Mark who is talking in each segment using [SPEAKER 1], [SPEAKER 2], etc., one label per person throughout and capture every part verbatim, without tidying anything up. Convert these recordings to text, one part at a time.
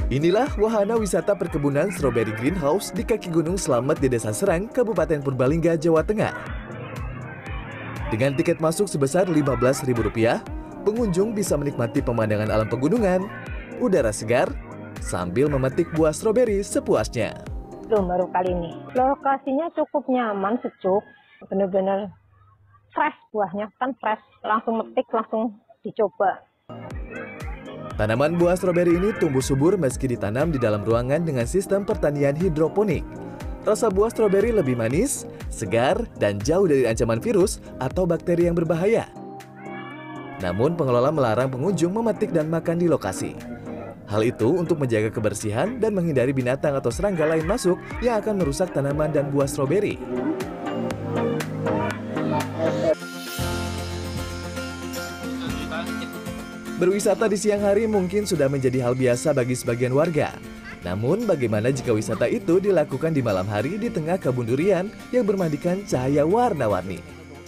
[SPEAKER 1] Inilah wahana wisata perkebunan stroberi greenhouse di kaki Gunung Slamet di Desa Serang, Kabupaten Purbalingga, Jawa Tengah. Dengan tiket masuk sebesar lima belas ribu rupiah, pengunjung bisa menikmati pemandangan alam pegunungan, udara segar, sambil memetik buah stroberi sepuasnya.
[SPEAKER 2] Belum baru kali ini. Lokasinya cukup nyaman, sejuk, benar-benar fresh buahnya, kan fresh, langsung metik, langsung dicoba.
[SPEAKER 1] Tanaman buah stroberi ini tumbuh subur meski ditanam di dalam ruangan dengan sistem pertanian hidroponik. Rasa buah stroberi lebih manis, segar, dan jauh dari ancaman virus atau bakteri yang berbahaya. Namun pengelola melarang pengunjung memetik dan makan di lokasi. Hal itu untuk menjaga kebersihan dan menghindari binatang atau serangga lain masuk yang akan merusak tanaman dan buah stroberi. Berwisata di siang hari mungkin sudah menjadi hal biasa bagi sebagian warga. Namun bagaimana jika wisata itu dilakukan di malam hari di tengah kebun durian yang bermandikan cahaya warna-warni?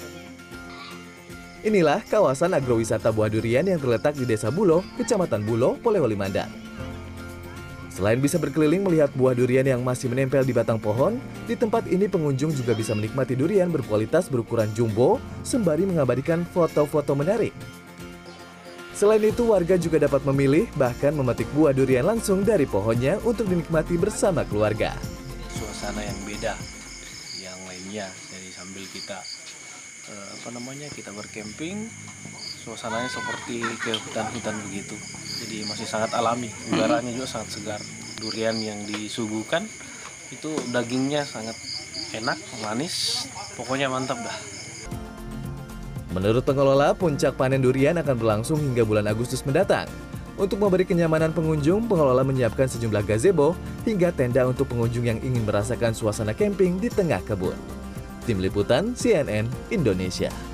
[SPEAKER 1] Inilah kawasan agrowisata buah durian yang terletak di Desa Bulo, Kecamatan Bulo, Polewali Mandar. Selain bisa berkeliling melihat buah durian yang masih menempel di batang pohon, di tempat ini pengunjung juga bisa menikmati durian berkualitas berukuran jumbo sembari mengabadikan foto-foto menarik. Selain itu, warga juga dapat memilih bahkan memetik buah durian langsung dari pohonnya untuk dinikmati bersama keluarga.
[SPEAKER 3] Suasana yang beda yang lainnya, jadi sambil kita eh, apa namanya kita berkemping, suasananya seperti ke hutan-hutan begitu. Jadi masih sangat alami, udaranya juga sangat segar. Durian yang disuguhkan itu dagingnya sangat enak, manis, pokoknya mantap dah.
[SPEAKER 1] Menurut pengelola, puncak panen durian akan berlangsung hingga bulan Agustus mendatang. Untuk memberi kenyamanan pengunjung, pengelola menyiapkan sejumlah gazebo hingga tenda untuk pengunjung yang ingin merasakan suasana camping di tengah kebun. Tim Liputan C N N Indonesia.